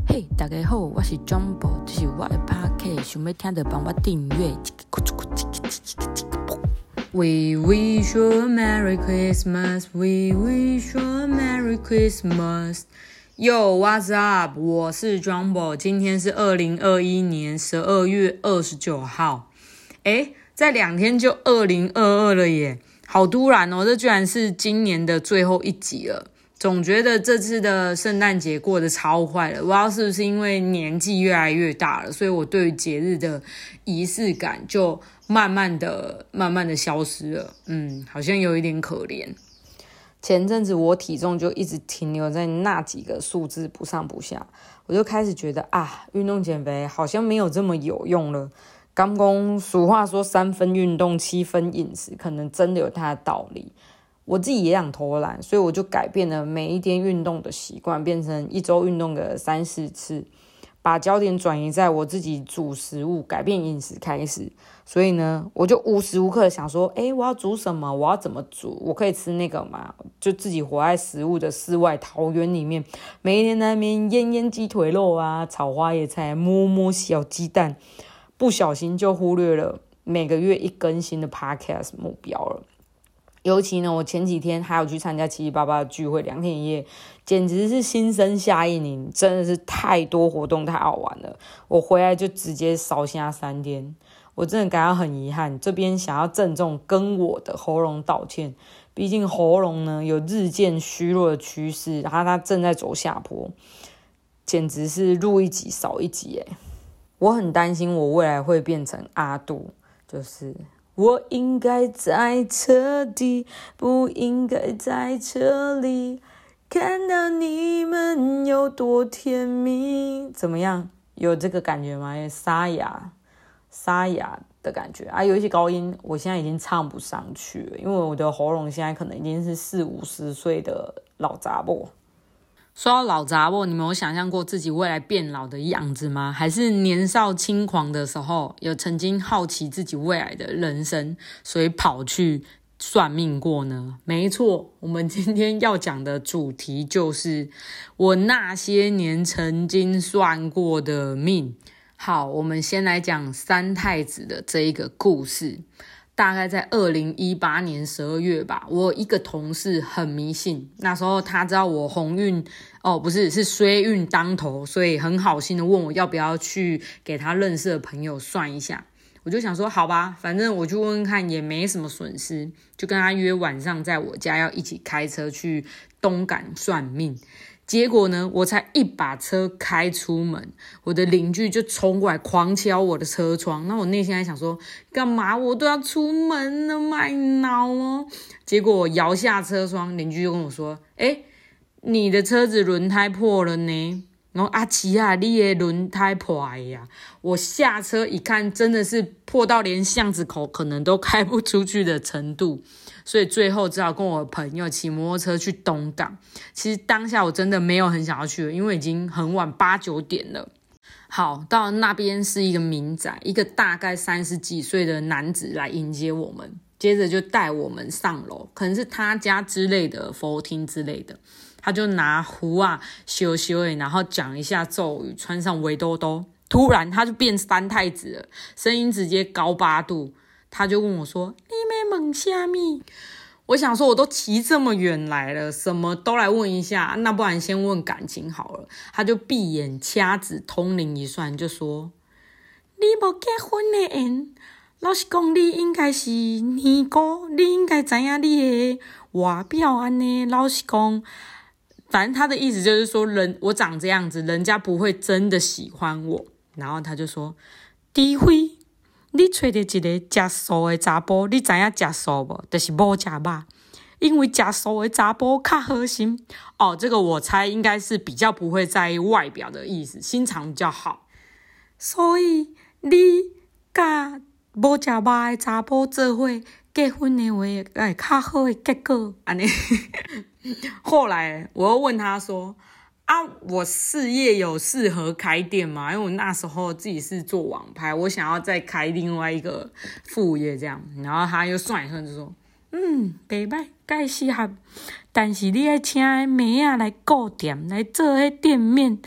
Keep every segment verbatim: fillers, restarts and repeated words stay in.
嘿，大家好，我是 Jumbo， 这是我的 Podcast， 想要听就帮我订阅。We wish you a Merry Christmas, We wish you a Merry Christmas. Yo, what's up？ 我是 Jumbo， 今天是二零二一年十二月二十九号。诶，在两天就二零二二了耶，好突然哦！这居然是今年的最后一集了。总觉得这次的圣诞节过得超快了，不知道是不是因为年纪越来越大了，所以我对于节日的仪式感就慢慢的、慢慢的消失了。嗯，好像有一点可怜。前阵子我体重就一直停留在那几个数字不上不下，我就开始觉得啊，运动减肥好像没有这么有用了。刚公俗话说三分运动七分饮食，可能真的有它的道理。我自己也想偷懒，所以我就改变了每一天运动的习惯，变成一周运动个三四次，把焦点转移在我自己煮食物、改变饮食开始。所以呢，我就无时无刻的想说，诶，我要煮什么？我要怎么煮？我可以吃那个吗？就自己活在食物的世外桃源里面，每一天在那边腌腌鸡腿肉啊，炒花椰菜，摸摸小鸡蛋，不小心就忽略了每个月一更新的 podcast 目标了。尤其呢，我前几天还有去参加七七八八的聚会，两天一夜，简直是新生夏令营，真的是太多活动，太好玩了。我回来就直接烧瞎三天，我真的感到很遗憾。这边想要郑重跟我的喉咙道歉，毕竟喉咙呢有日渐虚弱的趋势，然后它正在走下坡，简直是录一集少一集耶。我很担心我未来会变成阿杜，就是。我应该在车底，不应该在车里，看到你们有多甜蜜。怎么样？有这个感觉吗？沙哑沙哑的感觉啊，有一些高音我现在已经唱不上去了，因为我的喉咙现在可能已经是四五十岁的老杂某。说到老杂货，你们有想象过自己未来变老的样子吗？还是年少轻狂的时候，有曾经好奇自己未来的人生，所以跑去算命过呢？没错，我们今天要讲的主题就是我那些年曾经算过的命。好，我们先来讲三太子的这一个故事。大概在二零一八年十二月吧，我有一个同事很迷信，那时候他知道我鸿运哦，不是是衰运当头，所以很好心的问我要不要去给他认识的朋友算一下。我就想说好吧，反正我去问问看也没什么损失，就跟他约晚上在我家要一起开车去东港算命。结果呢，我才一把车开出门，我的邻居就冲过来狂敲我的车窗。那我内心还想说，干嘛我都要出门了，卖脑哦。结果我摇下车窗，邻居就跟我说，诶，你的车子轮胎破了呢。然后阿奇啊，你的轮胎破了呀！我下车一看，真的是破到连巷子口可能都开不出去的程度，所以最后只好跟我的朋友骑摩托车去东港。其实当下我真的没有很想要去了，因为已经很晚八九点了。好，到那边是一个民宅，一个大概三十几岁的男子来迎接我们，接着就带我们上楼，可能是他家之类的佛厅之类的。他就拿壶啊修修诶，然后讲一下咒语，穿上围兜兜，突然他就变三太子了，声音直接高八度。他就问我说：“你在问什么？”我想说，我都骑这么远来了，什么都来问一下，那不然先问感情好了。他就闭眼掐指通灵一算，就说：“你没结婚的缘，老实讲，你应该是尼姑，你应该知道你的外表安呢。老实讲。”反正他的意思就是说，人我长这样子，人家不会真的喜欢我。然后他就说：“除非你找到一个吃素的查甫，你知影吃素无？就是无吃肉，因为吃素的查甫较好心。”哦，这个我猜应该是比较不会在意外表的意思，心肠比较好。所以你甲无吃肉的查甫做伙结婚的话，会较好的结果。安尼。后来我又问他说：“啊，我事业有适合开店吗？”因为我那时候自己是做网拍，我想要再开另外一个副业这样。然后他又算一算就说：“嗯，不错，介适合，但是你要请的妹仔来顾店，来做迄店面。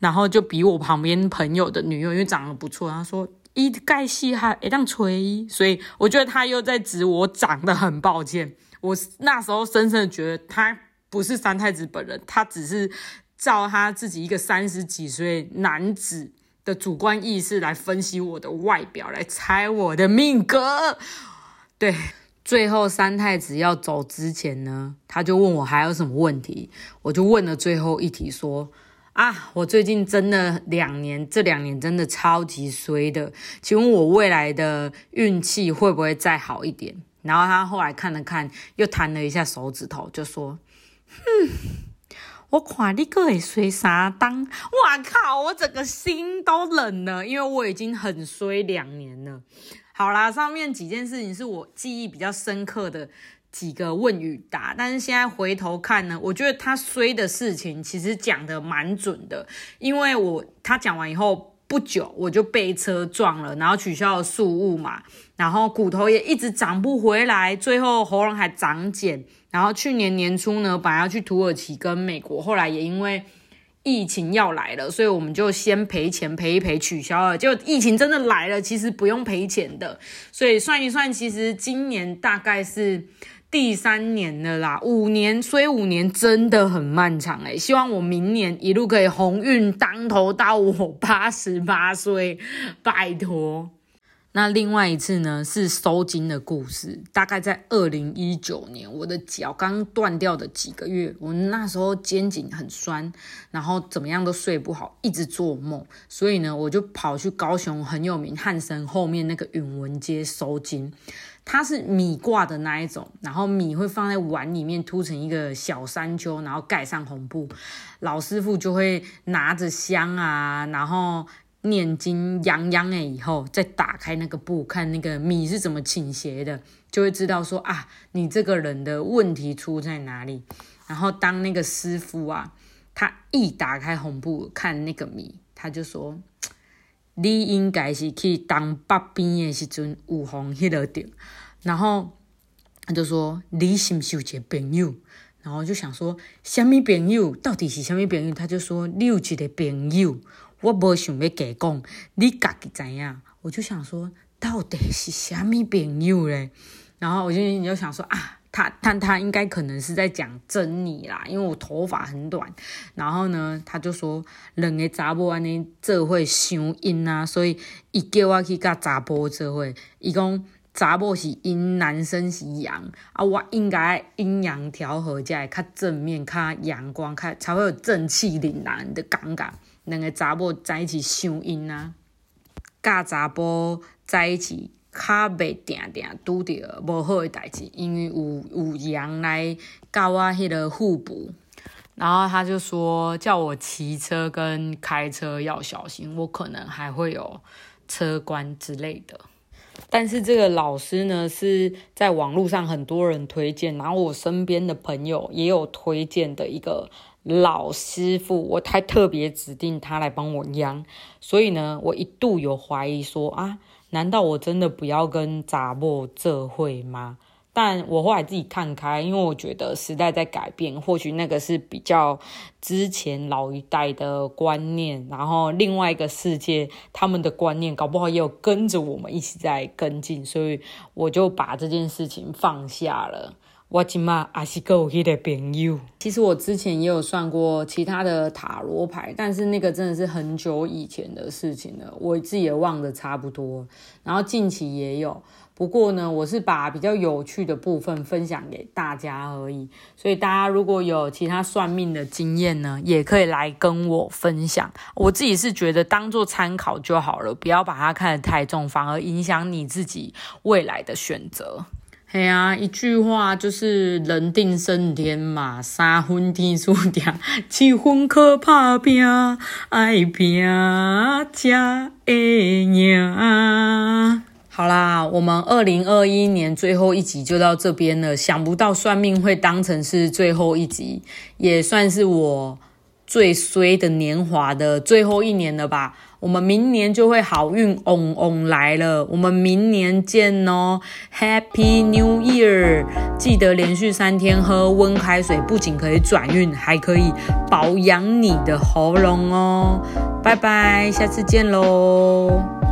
然后就比我旁边朋友的女友因为长得不错，他说伊盖戏还会当吹，所以我觉得他又在指我长得很抱歉。我那时候深深的觉得他不是三太子本人，他只是照他自己一个三十几岁男子的主观意识来分析我的外表，来猜我的命格。对，最后三太子要走之前呢，他就问我还有什么问题，我就问了最后一题说啊，我最近真的两年，这两年真的超级衰的，请问我未来的运气会不会再好一点？然后他后来看了看，又弹了一下手指头，就说：“哼，我看你还会衰三当。”哇靠！我整个心都冷了，因为我已经很衰两年了。好啦，上面几件事情是我记忆比较深刻的几个问与答，但是现在回头看呢，我觉得他衰的事情其实讲得蛮准的，因为我他讲完以后不久我就被车撞了，然后取消了宿务嘛，然后骨头也一直长不回来，最后喉咙还长茧，然后去年年初呢本来要去土耳其跟美国，后来也因为疫情要来了，所以我们就先赔钱赔一赔取消了，结果疫情真的来了，其实不用赔钱的，所以算一算其实今年大概是第三年了啦，五年衰五年真的很漫长欸，希望我明年一路可以鸿运当头到我八十八岁，拜托。那另外一次呢是收筋的故事，大概在二零一九年，我的脚刚断掉的几个月，我那时候肩颈很酸，然后怎么样都睡不好，一直做梦，所以呢我就跑去高雄很有名汉神后面那个允文街收筋。它是米挂的那一种，然后米会放在碗里面凸成一个小山丘，然后盖上红布，老师傅就会拿着香啊，然后念经扬扬了以后，再打开那个布，看那个米是怎么倾斜的，就会知道说啊，你这个人的问题出在哪里。然后当那个师傅啊，他一打开红布看那个米，他就说你应该是去东北边的时阵有风迄落着，然后他就说你是不是有一个朋友？然后就想说什么朋友？到底是什么朋友？他就说你有一个朋友，我没想要假讲，你自己知影。我就想说到底是什么朋友嘞？然后我就你就想说啊。他他他应该可能是在讲珍妮啦，因为我头发很短。然后呢，他就说两个查某安尼做伙相因啊，所以伊叫我去甲查甫做伙。伊讲查某是阴，男生是阳啊，我应该阴阳调和，才会较正面、较阳光、较才会有正气凛然的感觉。两个查某在一起相因啊，甲查甫在一起。较袂定定拄到无好的代志，因为有有阳来教我迄个互补。然后他就说叫我骑车跟开车要小心，我可能还会有车关之类的。但是这个老师呢是在网络上很多人推荐，然后我身边的朋友也有推荐的一个老师傅，我还特别指定他来帮我养。所以呢我一度有怀疑说啊，难道我真的不要跟查某做伙吗？但我后来自己看开，因为我觉得时代在改变，或许那个是比较之前老一代的观念，然后另外一个世界他们的观念搞不好也有跟着我们一起在跟进，所以我就把这件事情放下了。我现在还是还有那个朋友。其实我之前也有算过其他的塔罗牌，但是那个真的是很久以前的事情了，我自己也忘得差不多。然后近期也有，不过呢我是把比较有趣的部分分享给大家而已，所以大家如果有其他算命的经验呢，也可以来跟我分享。我自己是觉得当做参考就好了，不要把它看得太重，反而影响你自己未来的选择。嘿啊，一句话就是人定胜天嘛，三分天注定，七分靠打拼，爱拼才会赢。好啦，我们二零二一年最后一集就到这边了，想不到算命会当成是最后一集，也算是我最衰的年华的最后一年了吧，我们明年就会好运嗡嗡来了，我们明年见哦 Happy New Year。 记得连续三天喝温开水，不仅可以转运，还可以保养你的喉咙哦。拜拜，下次见咯。